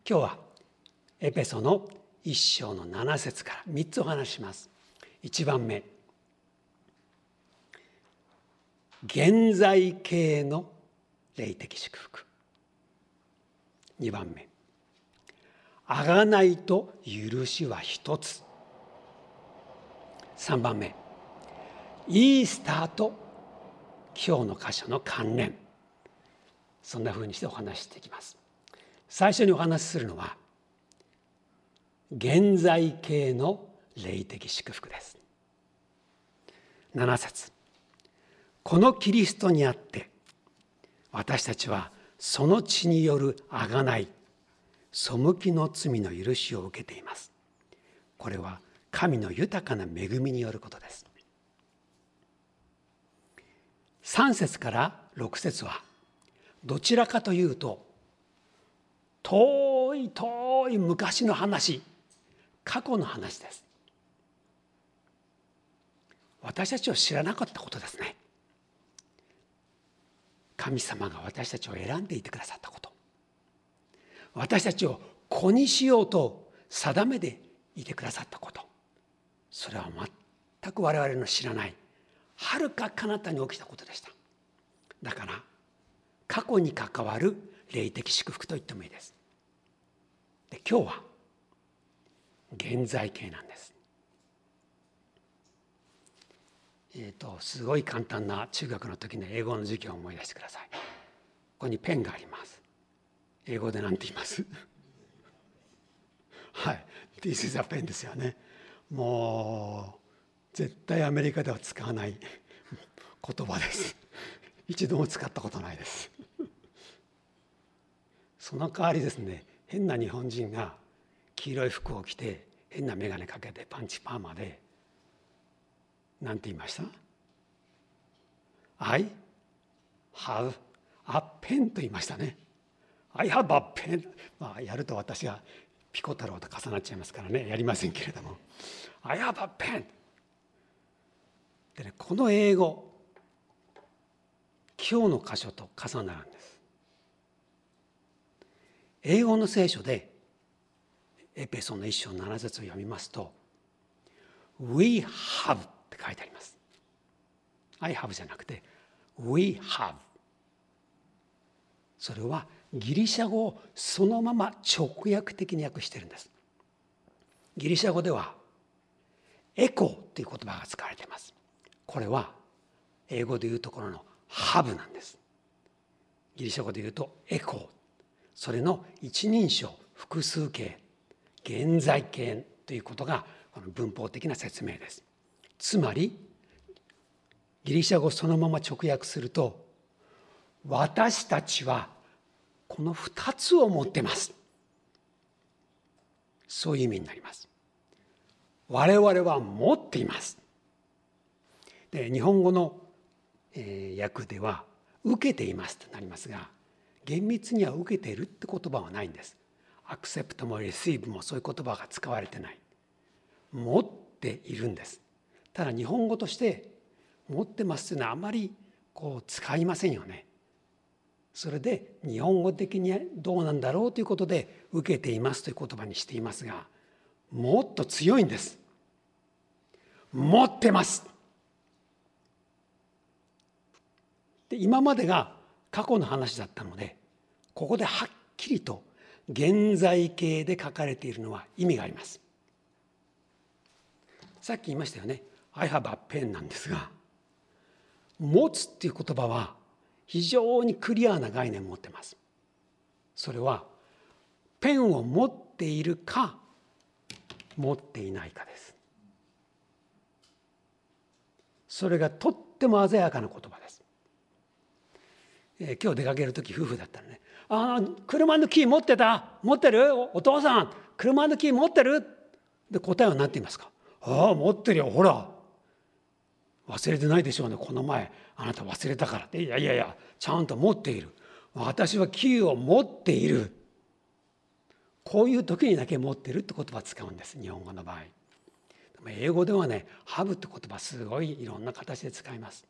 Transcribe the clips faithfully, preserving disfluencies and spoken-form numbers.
今日はエペソの一章のなな節からみっつお話しします。いちばんめ、現在形の霊的祝福。にばんめ、贖いと許しは一つ。さんばんめ、イースターと今日の箇所の関連。そんなふうにしてお話ししていきます。最初にお話しするのは現在形の霊的祝福です。なな節、このキリストにあって私たちはその血による贖い、背きの罪の許しを受けています。これは神の豊かな恵みによることです。さん節からろく節はどちらかというと遠い遠い昔の話、過去の話です。私たちを知らなかったことですね。神様が私たちを選んでいてくださったこと、私たちを子にしようと定めていてくださったこと、それは全く我々の知らない遥か彼方に起きたことでした。だから過去に関わる霊的祝福と言ってもいいです。で、今日は現在形なんです。えーと、すごい簡単な中学の時の英語の授業を思い出してください。ここにペンがあります。英語で何て言いますはい、This is a pen ですよね。もう絶対アメリカでは使わない言葉です。一度も使ったことないです。その代わりですね、変な日本人が黄色い服を着て変な眼鏡かけてパンチパーマで何て言いました？ I have a pen と言いましたね。I have a pen、まあ、やると私がピコ太郎と重なっちゃいますからね、やりませんけれども I have a pen で、ね、この英語今日の箇所と重なるんです。英語の聖書でエペソの一章なな節を読みますと We have って書いてあります。 I have じゃなくて We have。 それはギリシャ語をそのまま直訳的に訳しているんです。ギリシャ語ではエコーという言葉が使われています。これは英語でいうところのハブなんです。ギリシャ語でいうとエコー、それの一人称複数形現在形ということがこの文法的な説明です。つまりギリシャ語そのまま直訳すると、私たちはこのふたつを持ってます、そういう意味になります。我々は持っています。で、日本語のえー、訳では受けていますとなりますが、厳密には受けているって言葉はないんです。アクセプトもレシーブもそういう言葉が使われてない。持っているんです。ただ日本語として持ってますというのはあまりこう使いませんよね。それで日本語的にどうなんだろうということで受けていますという言葉にしていますが、もっと強いんです。持ってます。で、今までが過去の話だったので、ここではっきりと現在形で書かれているのは意味があります。さっき言いましたよね。I have a pen なんですが、持つっていう言葉は非常にクリアな概念を持っています。それはペンを持っているか持っていないかです。それがとっても鮮やかな言葉です。えー、今日出かけるとき夫婦だったらね、あの車のキー持ってた？持ってる？お父さん車のキー持ってる？で、答えは何て言いますか？ああ、持ってるよ、ほら忘れてないでしょうね、この前あなた忘れたからって。いやいやいや、ちゃんと持っている。私はキーを持っている。こういう時にだけ持ってるって言葉を使うんです、日本語の場合。でも英語ではね、ハブって言葉すごいいろんな形で使います。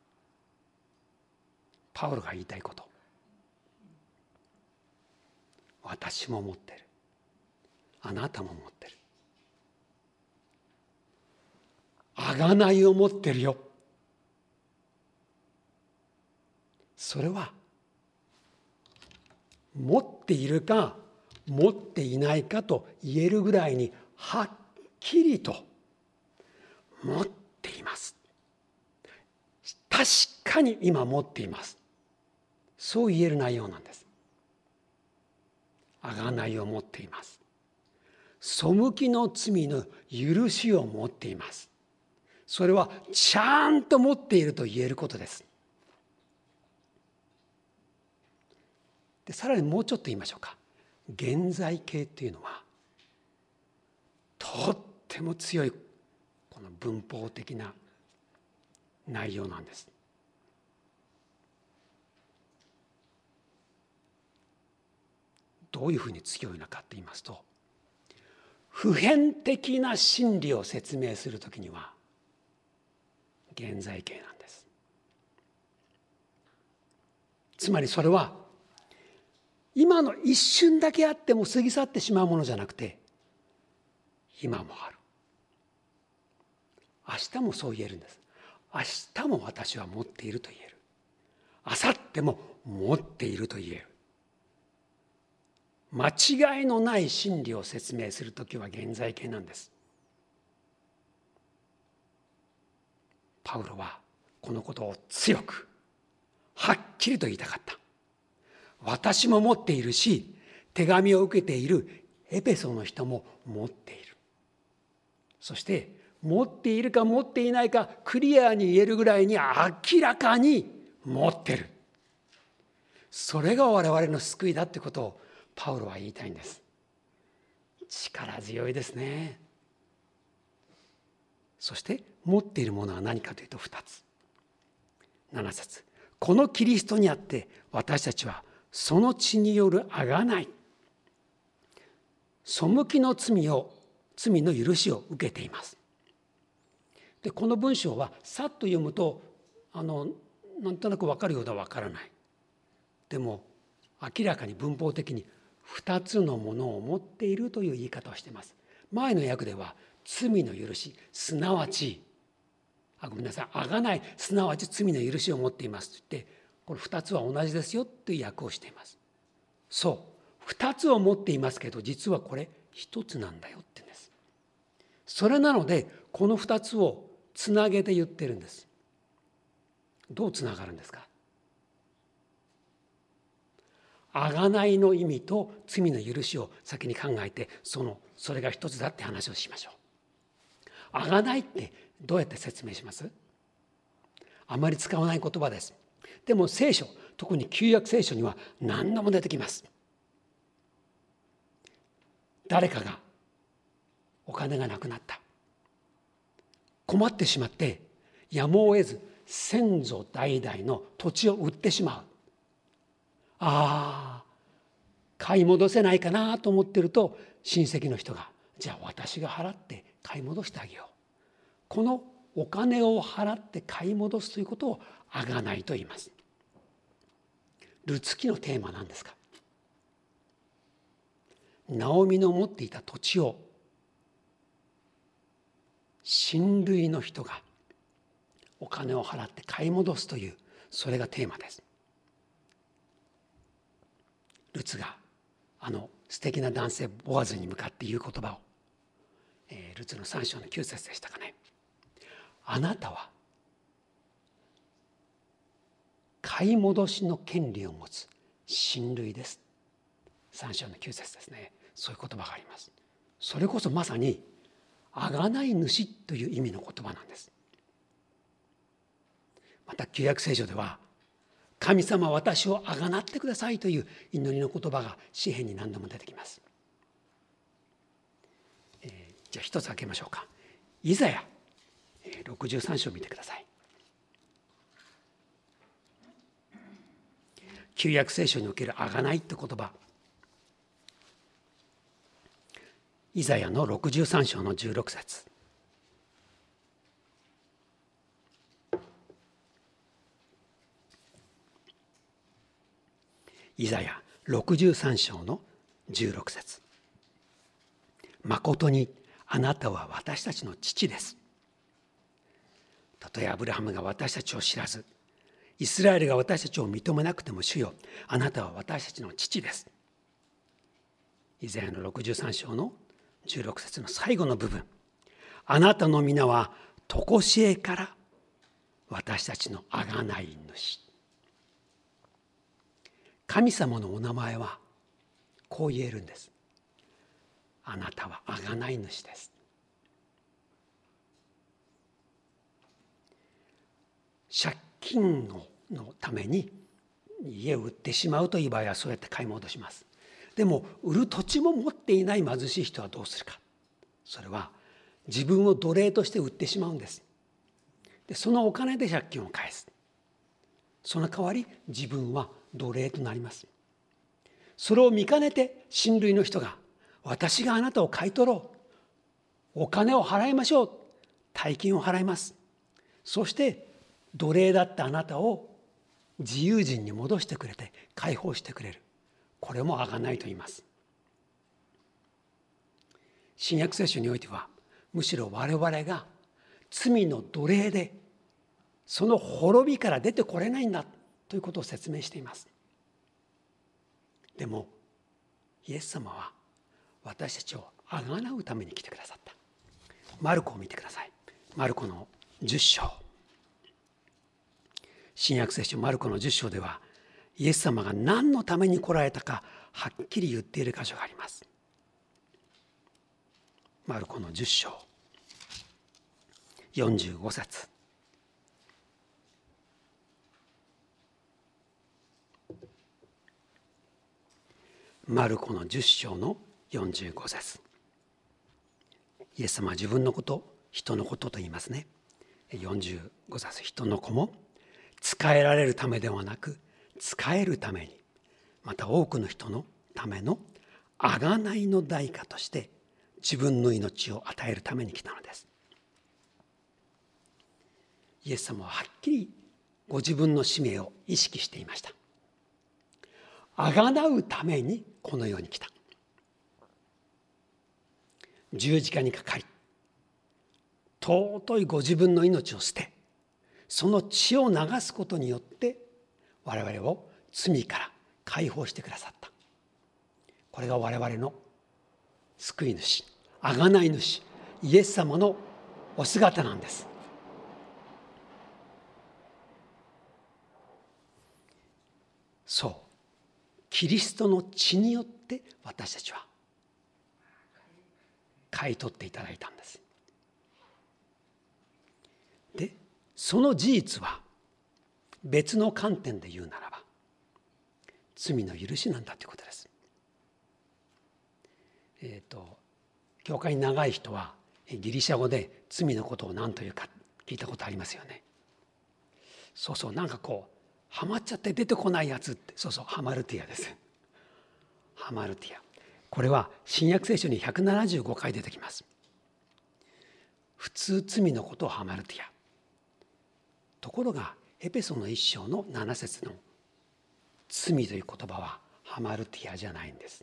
パウロが言いたいこと、 私も持ってる。あなたも持ってる。贖いを持ってるよ。それは持っているか持っていないかと言えるぐらいにはっきりと持っています。確かに今持っています。そう言える内容なんです。贖いを持っています。背きの罪の許しを持っています。それはちゃんと持っていると言えることです。で、さらにもうちょっと言いましょうか。現在形というのはとっても強いこの文法的な内容なんです。どういうふうに強いのかと言いますと、普遍的な真理を説明するときには現在形なんです。つまりそれは今の一瞬だけあっても過ぎ去ってしまうものじゃなくて、今もある。明日もそう言えるんです。明日も私は持っていると言える。明後日も持っていると言える。間違いのない真理を説明するときは現在形なんです。パウロはこのことを強くはっきりと言いたかった。私も持っているし、手紙を受けているエペソの人も持っている。そして持っているか持っていないかクリアに言えるぐらいに明らかに持ってる。それが我々の救いだってことをパウロは言いたいんです。力強いですね。そして持っているものは何かというとふたつ。なな節。このキリストにあって私たちはその血による贖い、背きの罪を罪の許しを受けています。でこの文章はさっと読むとあのなんとなく分かるようでは分からない。でも明らかに文法的にふたつのものを持っているという言い方をしています。前の訳では罪の許し、すなわちあごめんなさい贖い、すなわち罪の許しを持っていますと言って、このふたつは同じですよという訳をしています。そうふたつを持っていますけど実はこれひとつなんだよって言うんです。それなのでこのふたつをつなげて言ってるんです。どうつながるんですか。贖いの意味と罪の許しを先に考えて、そのそれが一つだって話をしましょう。贖いってどうやって説明します？あまり使わない言葉です。でも聖書、特に旧約聖書には何度も出てきます。誰かがお金がなくなった、困ってしまってやむを得ず先祖代々の土地を売ってしまう。ああ買い戻せないかなと思ってると、親戚の人がじゃあ私が払って買い戻してあげよう。このお金を払って買い戻すということを贖いと言います。ルツ記のテーマは何ですか。ナオミの持っていた土地を親類の人がお金を払って買い戻すという、それがテーマです。ルツがあの素敵な男性ボアズに向かって言う言葉を、えー、ルツのさん章のきゅう節でしたかね。あなたは買い戻しの権利を持つ親類です。さん章のきゅう節ですね。そういう言葉があります。それこそまさに贖い主という意味の言葉なんです。また旧約聖書では神様私をあがなってくださいという祈りの言葉が詩篇に何度も出てきます。えー、じゃあ一つ開けましょうか。イザヤろくじゅうさん章を見てください。旧約聖書におけるあがないって言葉、イザヤのろくじゅうさん章のじゅうろく節。イザヤろくじゅうさん章のじゅうろく節。まことにあなたは私たちの父です。たとえアブラハムが私たちを知らず、イスラエルが私たちを認めなくても、主よ、あなたは私たちの父です。イザヤのろくじゅうさん章のじゅうろく節の最後の部分。あなたの皆は常しえから私たちの贖い主。神様のお名前はこう言えるんです。あなたは贖い主です。借金のために家を売ってしまうという場合はそうやって買い戻します。でも売る土地も持っていない貧しい人はどうするか。それは自分を奴隷として売ってしまうんです。でそのお金で借金を返す。その代わり自分は奴隷となります。それを見かねて親類の人が、私があなたを買い取ろう、お金を払いましょう、大金を払います。そして奴隷だったあなたを自由人に戻してくれて解放してくれる。これも贖いと言います。新約聖書においては、むしろ我々が罪の奴隷でその滅びから出てこれないんだということを説明しています。でもイエス様は私たちをあがなうために来てくださった。マルコを見てください。マルコのじゅっ章。新約聖書マルコのじゅっ章では、イエス様が何のために来られたかはっきり言っている箇所があります。マルコのじゅっ章よんじゅうご節。マルコのじゅっ章のよんじゅうご節。イエス様は自分のこと、人のことと言いますね。よんじゅうご節。人の子も仕えられるためではなく、仕えるために、また多くの人のための贖いの代価として自分の命を与えるために来たのです。イエス様ははっきりご自分の使命を意識していました。贖うためにこの世に来た。十字架にかかり、尊いご自分の命を捨て、その血を流すことによって我々を罪から解放してくださった。これが我々の救い主、贖い主、イエス様のお姿なんです。そう、キリストの血によって私たちは買い取っていただいたんです。で、その事実は別の観点で言うならば罪の許しなんだということです。えっと教会に長い人はギリシャ語で罪のことを何というか聞いたことありますよね。そうそう、なんかこうハマっちゃって出てこないやつって、そうそう、ハマルティアです。ハマルティア、これは新約聖書にひゃくななじゅうごかい出てきます。普通罪のことをハマルティア。ところがエペソの一章のなな節の罪という言葉はハマルティアじゃないんです。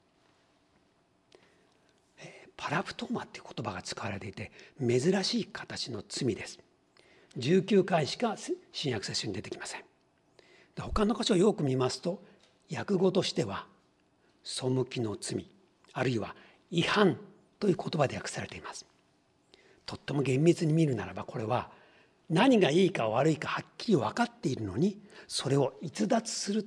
パラプトーマっていう言葉が使われていて、珍しい形の罪です。じゅうきゅうかいしか新約聖書に出てきません。他の箇所をよく見ますと、訳語としては背きの罪、あるいは違反という言葉で訳されています。とっても厳密に見るならば、これは何がいいか悪いかはっきり分かっているのにそれを逸脱する。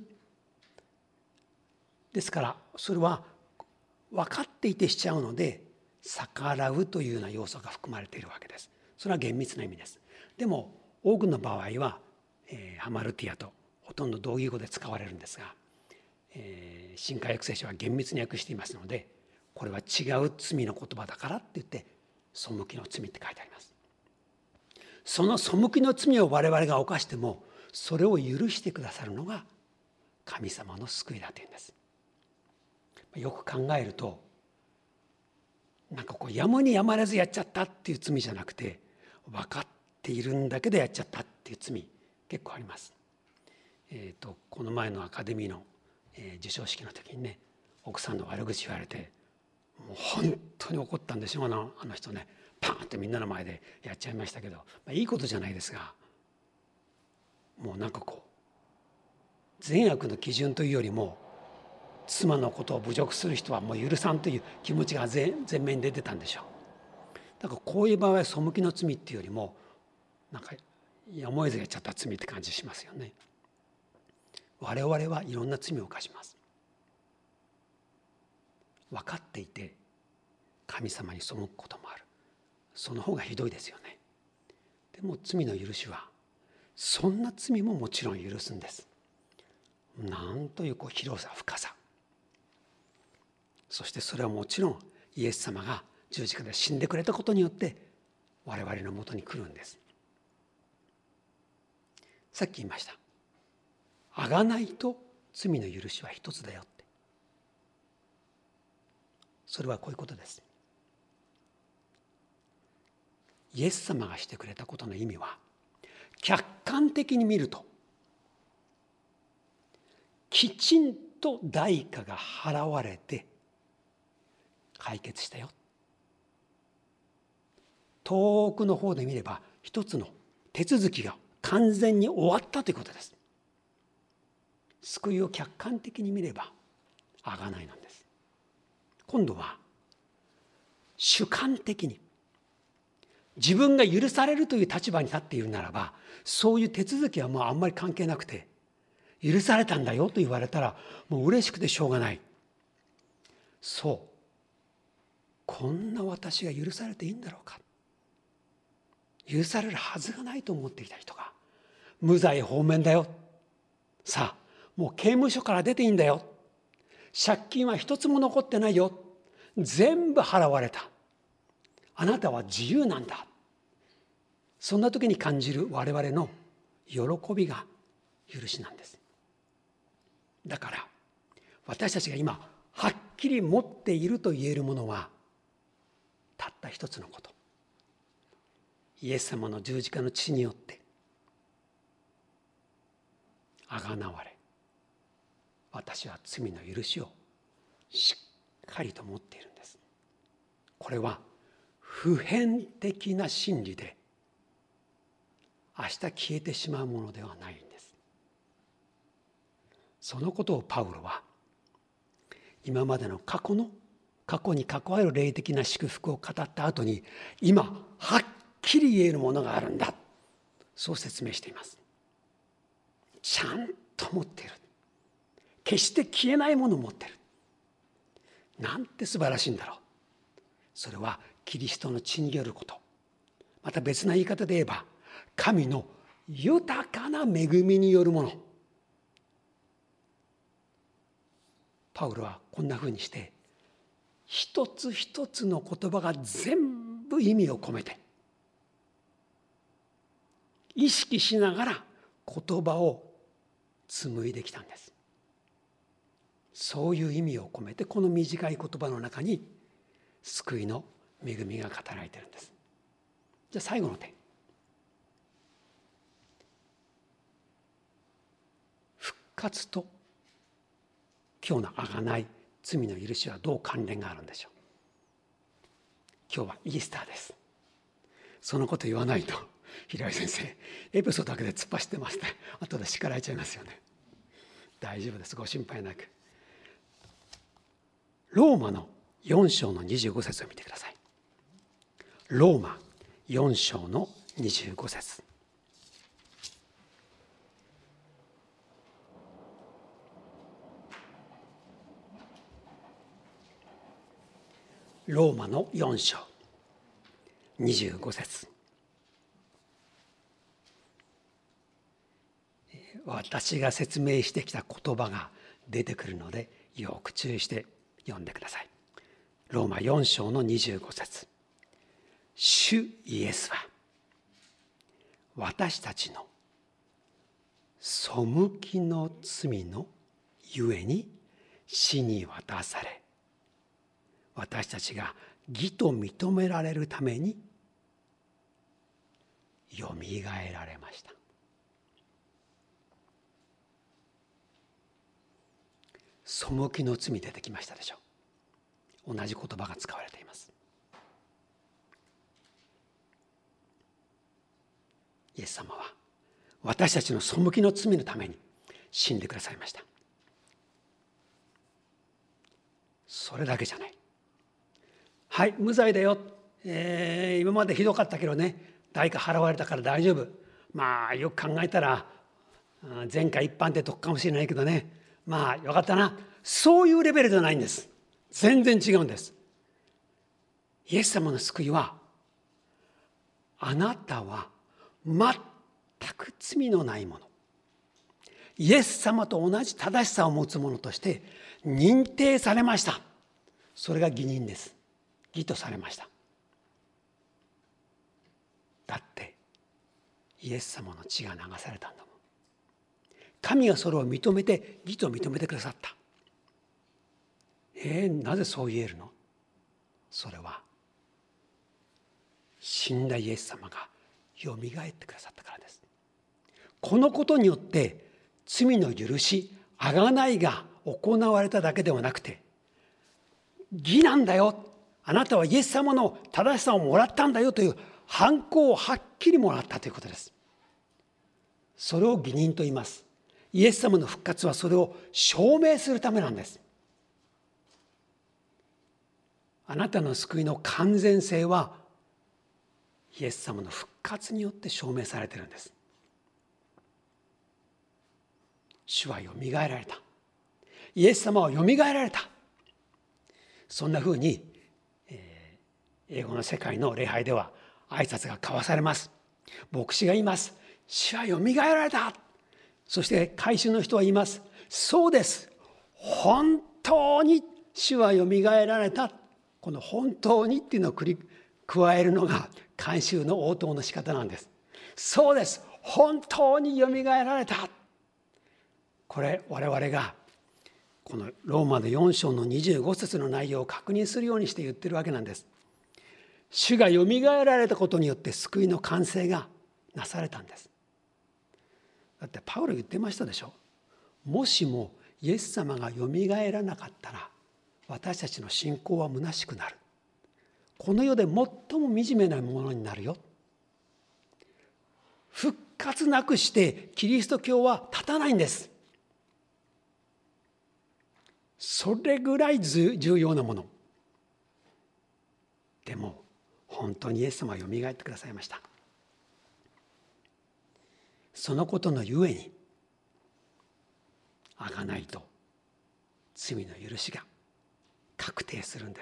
ですからそれは分かっていてしちゃうので逆らうというような要素が含まれているわけです。それは厳密な意味です。でも多くの場合は、えー、ハマルティアとほとんど同義語で使われるんですが、えー、新海訳聖書は厳密に訳していますので、これは違う罪の言葉だからって言って背きの罪って書いてあります。その背きの罪を我々が犯してもそれを許してくださるのが神様の救いだというんです。よく考えると、なんかこうやむにやまれずやっちゃったっていう罪じゃなくて、分かっているんだけどやっちゃったっていう罪結構あります。えーと、この前のアカデミーの、えー、授賞式の時にね、 奥さんの悪口言われて、もう本当に怒ったんでしょうな、あの人ね。パーンってみんなの前でやっちゃいましたけど、まあ、いいことじゃないですが、もうなんかこう善悪の基準というよりも、妻のことを侮辱する人はもう許さんという気持ちが前面に出てたんでしょう。だからこういう場合は背きの罪っていうよりも、なんかやむを得ずやっちゃった罪って感じしますよね。我々はいろんな罪を犯します。分かっていて神様に背くこともある。その方がひどいですよね。でも罪の許しはそんな罪ももちろん許すんです。なんというこう広さ深さ。そしてそれはもちろんイエス様が十字架で死んでくれたことによって我々のもとに来るんです。さっき言いました。贖いと罪の許しは一つだよって。それはこういうことです。イエス様がしてくれたことの意味は、客観的に見るときちんと代価が払われて解決したよ。遠くの方で見れば一つの手続きが完全に終わったということです。救いを客観的に見れば贖いなんです。今度は主観的に自分が許されるという立場に立っているならば、そういう手続きはもうあんまり関係なくて、許されたんだよと言われたらもう嬉しくてしょうがない。そう、こんな私が許されていいんだろうか、許されるはずがないと思っていた人が無罪放免だよ、さあもう刑務所から出ていいんだよ、借金は一つも残ってないよ、全部払われた、あなたは自由なんだ。そんな時に感じる我々の喜びが許しなんです。だから私たちが今はっきり持っていると言えるものはたった一つのこと。イエス様の十字架の血によってあがなわれ、私は罪の許しをしっかりと持っているんです。これは普遍的な真理で明日消えてしまうものではないんです。そのことをパウロは今までの過去の過去に関わる霊的な祝福を語った後に、今はっきり言えるものがあるんだ、そう説明しています。ちゃんと持っている、決して消えないものを持っている。なんて素晴らしいんだろう。それはキリストの血によること、また別な言い方で言えば神の豊かな恵みによるもの。パウロはこんなふうにして一つ一つの言葉が全部意味を込めて意識しながら言葉を紡いできたんです。そういう意味を込めてこの短い言葉の中に救いの恵みが語られているんです。じゃあ最後の点、復活と今日の贖い、罪の許しはどう関連があるんでしょう。今日はイースターです。そのこと言わないと平井先生エピソードだけで突っ走ってますね。後で叱られちゃいますよね。大丈夫です、ご心配なく。ローマのよん章のにじゅうご節を見てください。ローマよん章のにじゅうご節。ローマのよん章にじゅうご節。私が説明してきた言葉が出てくるのでよく注意して読んでください。ローマよん章のにじゅうご節。主イエスは私たちの背きの罪のゆえに死に渡され、私たちが義と認められるためによみがえられました。 背きの罪出てきましたでしょう。同じ言葉が使われています。イエス様は私たちの背きの罪のために死んでくださいました。それだけじゃない。はい、無罪だよ、えー、今までひどかったけどね、代価払われたから大丈夫。まあよく考えたら前科一般ってとこかもしれないけどね、まあよかったな、そういうレベルじゃないんです。全然違うんです。イエス様の救いは、あなたは全く罪のないもの、イエス様と同じ正しさを持つ者として認定されました。それが義人です。義とされました。だってイエス様の血が流されたんだもん。神がそれを認めて義と認めてくださった。えー、なぜそう言えるの？それは死んだイエス様がよみがえってくださったからです。このことによって罪の許し、贖いが行われただけではなくて、義なんだよ、あなたはイエス様の正しさをもらったんだよという判子をはっきりもらったということです。それを義人と言います。イエス様の復活はそれを証明するためなんです。あなたの救いの完全性はイエス様の復活によって証明されているんです。主はよみがえられた。イエス様はよみがえられた。そんなふうに、えー、英語の世界の礼拝では挨拶が交わされます。牧師が言います。主はよみがえられた。そして会衆の人は言います。そうです。本当に主はよみがえられた。この本当にっていうのを繰り加えるのが慣習の応答の仕方なんです。そうです。本当によみがえられた。これ我々がこのローマのよん章のにじゅうご節の内容を確認するようにして言ってるわけなんです。主がよみがえられたことによって救いの完成がなされたんです。だってパウロ言ってましたでしょ。もしもイエス様がよみがえらなかったら私たちの信仰は虚しくなる。この世で最も惨めなものになるよ。復活なくしてキリスト教は立たないんです。それぐらい重要なもの。でも本当にイエス様はよみがえってくださいました。そのことのゆえに贖いと罪の許しが確定するんです。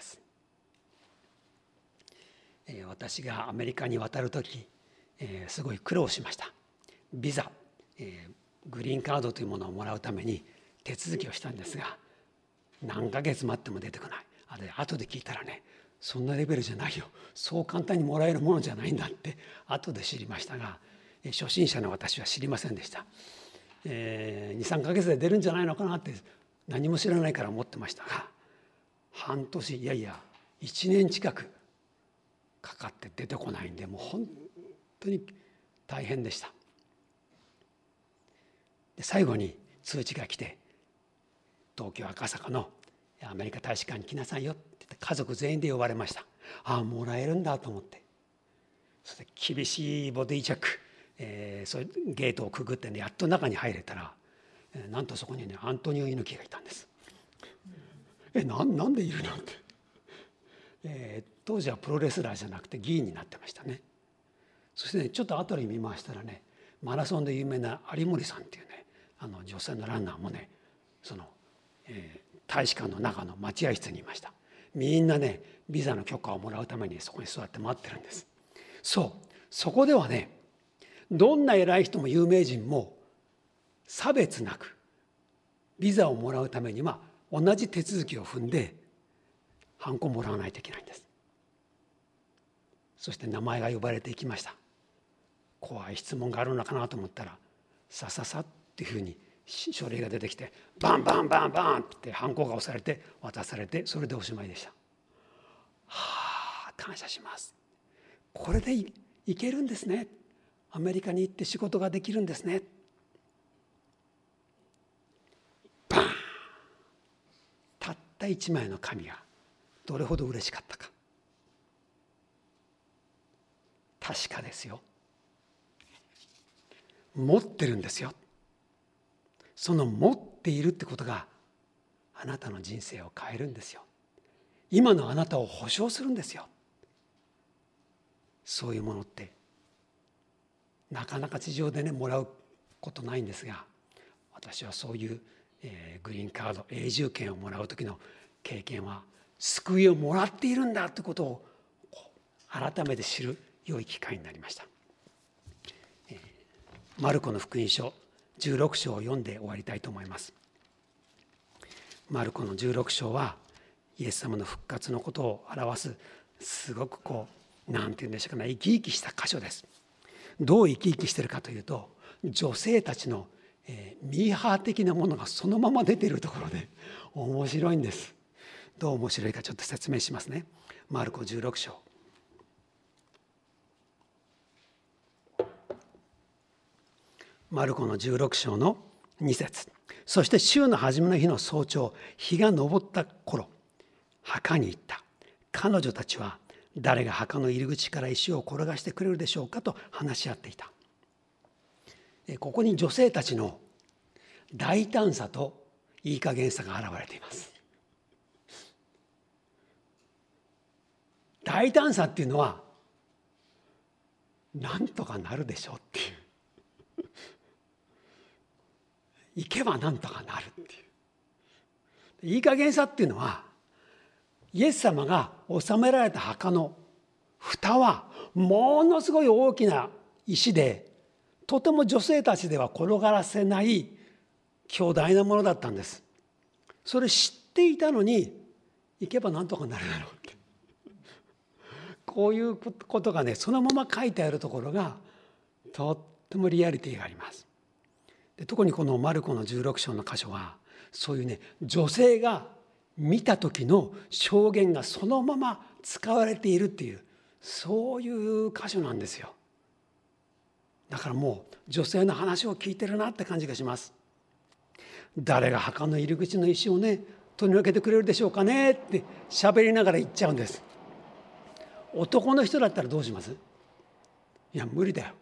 私がアメリカに渡るとき、すごい苦労しました。ビザ、グリーンカードというものをもらうために手続きをしたんですが、何ヶ月待っても出てこない。あれ後で聞いたらね、そんなレベルじゃないよ、そう簡単にもらえるものじゃないんだって後で知りましたが、初心者の私は知りませんでした。えー、にさんかげつで出るんじゃないのかなって何も知らないから思ってましたが、半年いやいやいちねん近くかかって出てこないんで、もう本当に大変でした。で最後に通知が来て、東京赤坂のアメリカ大使館に来なさいよって言って家族全員で呼ばれました。ああもらえるんだと思って、それで厳しいボディチェック、えー、そういうゲートをくぐってね、やっと中に入れたら、えー、なんとそこにねアントニオ猪木がいたんです。えな, なんでいるのって、えー、当時はプロレスラーじゃなくて議員になってましたね。そしてねちょっと後に見ましたらね、マラソンで有名な有森さんっていうね、あの女性のランナーもね、その、えー、大使館の中の待合室にいました。みんなねビザの許可をもらうためにそこに座って待ってるんです。そうそこではね、どんな偉い人も有名人も差別なくビザをもらうためには同じ手続きを踏んでハンコもらわないといけないんです。そして名前が呼ばれていきました。怖い質問があるのかなと思ったら、さささっていうふうに書類が出てきて、バンバンバンバンってハンコが押されて渡されて、それでおしまいでした。はあ、感謝します。これで い, いけるんですね。アメリカに行って仕事ができるんですね。バーン。 った一枚の紙がどれほど嬉しかったか。確かですよ。持ってるんですよ。その持っているってことがあなたの人生を変えるんですよ。今のあなたを保証するんですよ。そういうものってなかなか地上でねもらうことないんですが、私はそういう、えー、グリーンカード永住権をもらう時の経験は救いをもらっているんだということを改めて知る良い機会になりました。えー、マルコの福音書じゅうろく章を読んで終わりたいと思います。マルコのじゅうろく章はイエス様の復活のことを表すすごくこうなんて言うんでしょうかね、生き生きした箇所です。どう生き生きしているかというと、女性たちの、えー、ミーハー的なものがそのまま出ているところで面白いんです。どう面白いかちょっと説明しますね。マルコじゅうろく章。マルコのじゅうろく章のに節。そして週の初めの日の早朝、日が昇った頃、墓に行った。彼女たちは誰が墓の入り口から石を転がしてくれるでしょうかと話し合っていた。ここに女性たちの大胆さといい加減さが現れています。大胆さっていうのはなんとかなるでしょうっていう行けばなんとかなるっていういい加減さっていうのは、イエス様が納められた墓の蓋はものすごい大きな石で、とても女性たちでは転がらせない強大なものだったんです。それ知っていたのに行けばなんとかなるだろうってこういうことがねそのまま書いてあるところがとってもリアリティがあります。で特にこのマルコのじゅうろく章の箇所はそういうね女性が見た時の証言がそのまま使われているっていうそういう箇所なんですよ。だからもう女性の話を聞いてるなって感じがします。誰が墓の入り口の石をね取り除けてくれるでしょうかねって喋りながら言っちゃうんです。男の人だったらどうします？いや無理だよ。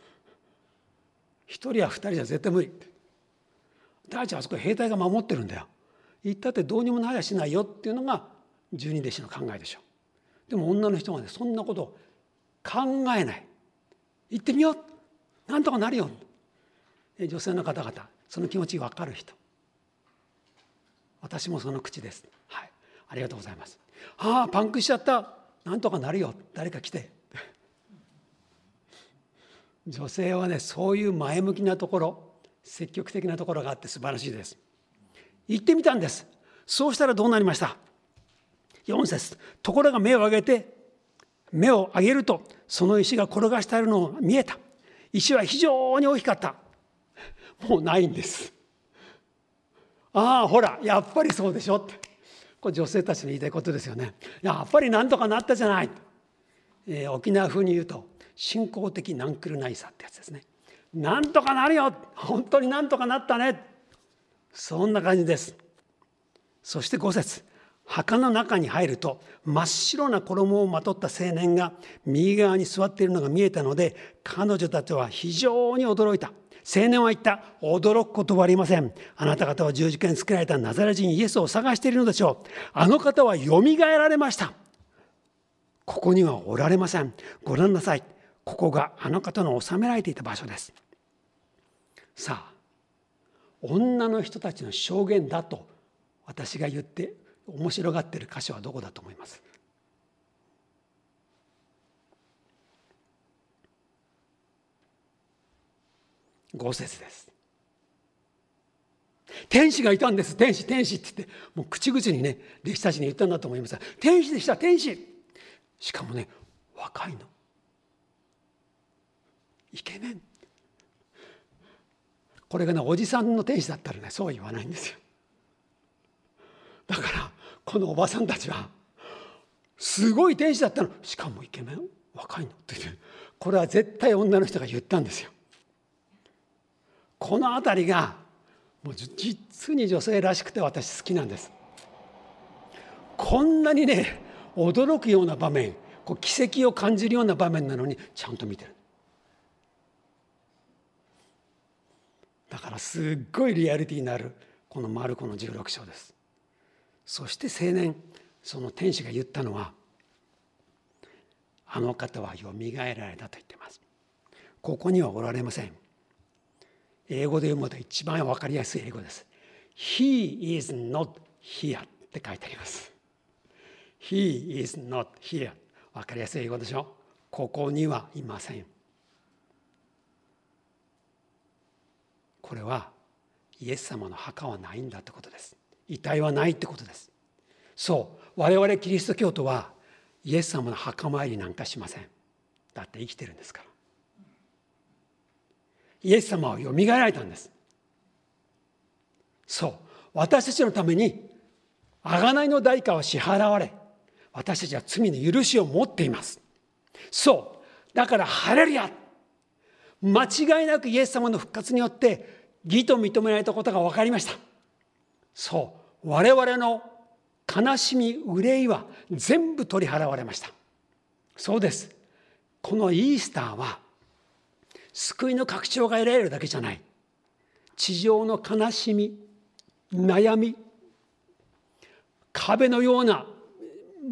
一人や二人じゃ絶対無理。第一あそこ兵隊が守ってるんだよ。言ったってどうにもなりゃしないよっていうのが十二弟子の考えでしょう。でも女の人がねそんなこと考えない。行ってみよう。なんとかなるよ。女性の方々その気持ち分かる人。私もその口です。はい、ありがとうございます。ああパンクしちゃった。なんとかなるよ。誰か来て。女性はねそういう前向きなところ、積極的なところがあって素晴らしいです。行ってみたんです。そうしたらどうなりました？よん節。ところが目を上げて目を上げるとその石が転がしてあるのが見えた。石は非常に大きかった。もうないんです。ああほらやっぱりそうでしょって、これ女性たちの言いたいことですよね。やっぱりなんとかなったじゃない、えー、沖縄風に言うと信仰的ナンクルナイサってやつですね。なんとかなるよ、本当になんとかなったね、そんな感じです。そしてご節。墓の中に入ると真っ白な衣をまとった青年が右側に座っているのが見えたので、彼女たちは非常に驚いた。青年は言った。驚くことはありません。あなた方は十字架につけられたナザレ人イエスを探しているのでしょう。あの方はよみがえられました。ここにはおられません。ご覧なさい。ここがあの方の収められていた場所です。さあ、女の人たちの証言だと私が言って面白がっている箇所はどこだと思います？ご節です。天使がいたんです。天使天使って言ってもう口々にね弟子たちに言ったんだと思いますが、天使でした。天使。しかもね若いの、イケメン。これがねおじさんの天使だったらねそうは言わないんですよ。だからこのおばさんたちはすごい天使だったの、しかもイケメン若いのって言って、これは絶対女の人が言ったんですよ。このあたりがもう実に女性らしくて私好きなんです。 こんなにね驚くような場面、こう奇跡を感じるような場面なのにちゃんと見てる。だからすっごいリアリティになるこのマルコのじゅうろく章です。そして青年、その天使が言ったのは、あの方はよみがえられたと言っています。ここにはおられません。英語で読むと一番わかりやすい英語です。He is not here って書いてあります。He is not here。わかりやすい英語でしょ。ここにはいません。これはイエス様の墓はないんだってことです。遺体はないってことです。そう、我々キリスト教徒はイエス様の墓参りなんかしません。だって生きてるんですから。イエス様はよみがえられたんです。そう、私たちのために贖いの代価を支払われ、私たちは罪の許しを持っています。そう、だからハレルヤ、間違いなくイエス様の復活によって義と認められたことが分かりました。そう、我々の悲しみ憂いは全部取り払われました。そうです。このイースターは救いの確証が得られるだけじゃない。地上の悲しみ、悩み、壁のような、うん、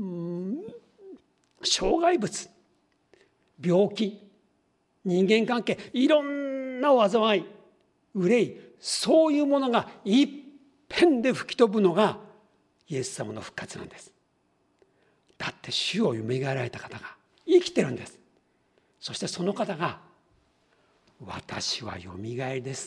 障害物、病気、人間関係、いろんな災い、憂い、そういうものがいっぺんで吹き飛ぶのがイエス様の復活なんです。だって主をよみがえられた方が生きてるんです。そしてその方が、私はよみがえりです。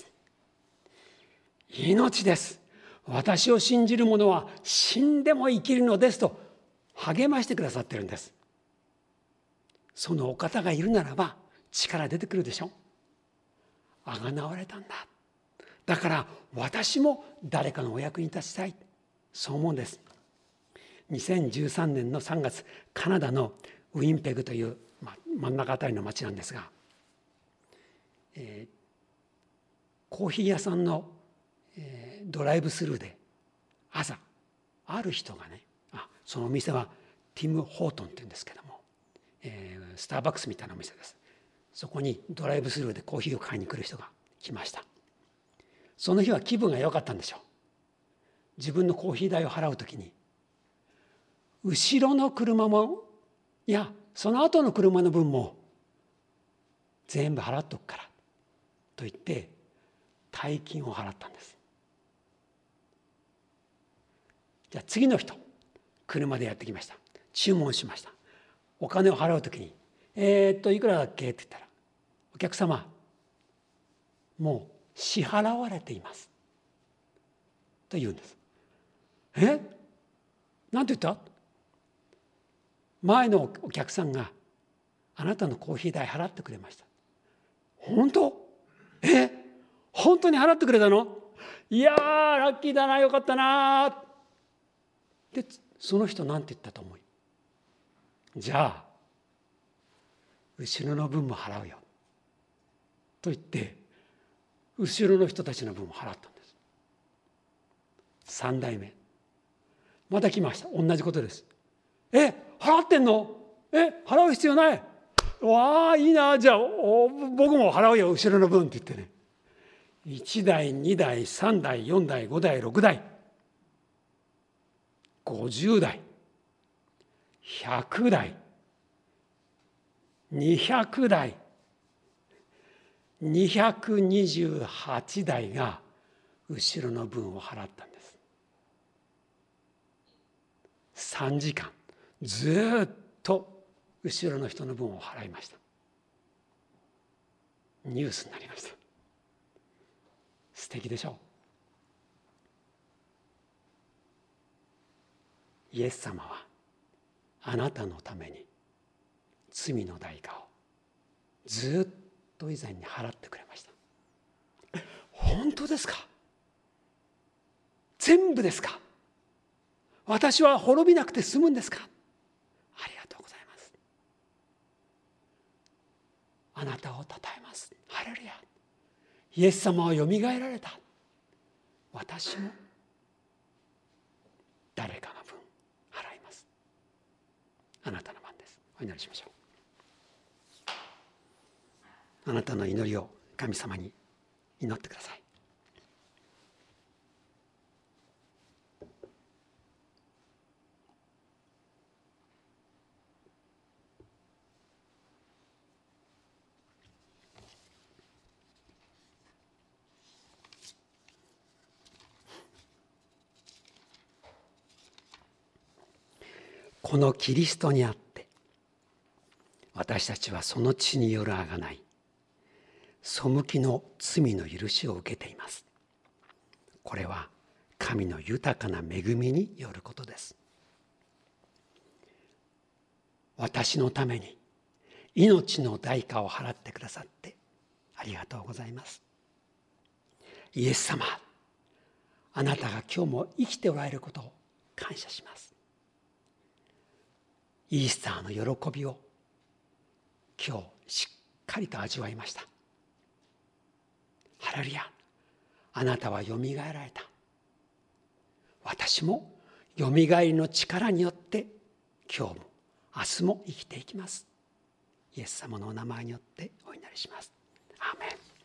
命です。私を信じる者は死んでも生きるのですと励ましてくださってるんです。そのお方がいるならば力出てくるでしょ。あがなわれたんだ。だから私も誰かのお役に立ちたい。そう思うんです。にせんじゅうさんねんのさんがつ、カナダのウィンペグという、まあ、真ん中あたりの町なんですが、えー、コーヒー屋さんの、えー、ドライブスルーで朝ある人がね、あそのお店はティム・ホートンっていうんですけども、えー、スターバックスみたいなお店です。そこにドライブスルーでコーヒーを買いに来る人が来ました。その日は気分が良かったんでしょう。自分のコーヒー代を払うときに、後ろの車もいやその後の車の分も全部払っとくからと言って大金を払ったんです。じゃあ次の人、車でやってきました。注文しました。お金を払うときにえー、っといくらだっけって言ったら、お客様もう支払われていますと言うんです。え？なんて言った？前のお客さんがあなたのコーヒー代払ってくれました。本当？え？本当に払ってくれたの？いやーラッキーだな、よかったな。でその人なんて言ったと思い？じゃあ後ろの分も払うよと言って後ろの人たちの分も払ったんです。さん代目また来ました。同じことです。え払ってんの？え払う必要ない。わあいいな、じゃあ僕も払うよ後ろの分って言ってね、いち代に代さん代よん代ご代ろく代ごじゅう代ひゃく代にひゃく代にひゃくにじゅうはち代が後ろの分を払ったんです。さんじかんずっと後ろの人の分を払いました。ニュースになりました。素敵でしょう。イエス様はあなたのために罪の代価をずっと以前に払ってくれました。本当ですか？全部ですか？私は滅びなくて済むんですか？ありがとうございます。あなたをたたえます。ハレルヤ。イエス様はよみがえられた。私も誰かの分払いあなたの番です。お祈りしましょう。あなたの祈りを神様に祈ってください。このキリストにあって私たちはその血による贖い、背きの罪の許しを受けています。これは神の豊かな恵みによることです。私のために命の代価を払ってくださってありがとうございます。イエス様、あなたが今日も生きておられることを感謝します。イースターの喜びを今日しっかりと味わいました。ハレルヤ、あなたはよみがえられた。私もよみがえりの力によって今日も明日も生きていきます。イエス様のお名前によってお祈りします。アーメン。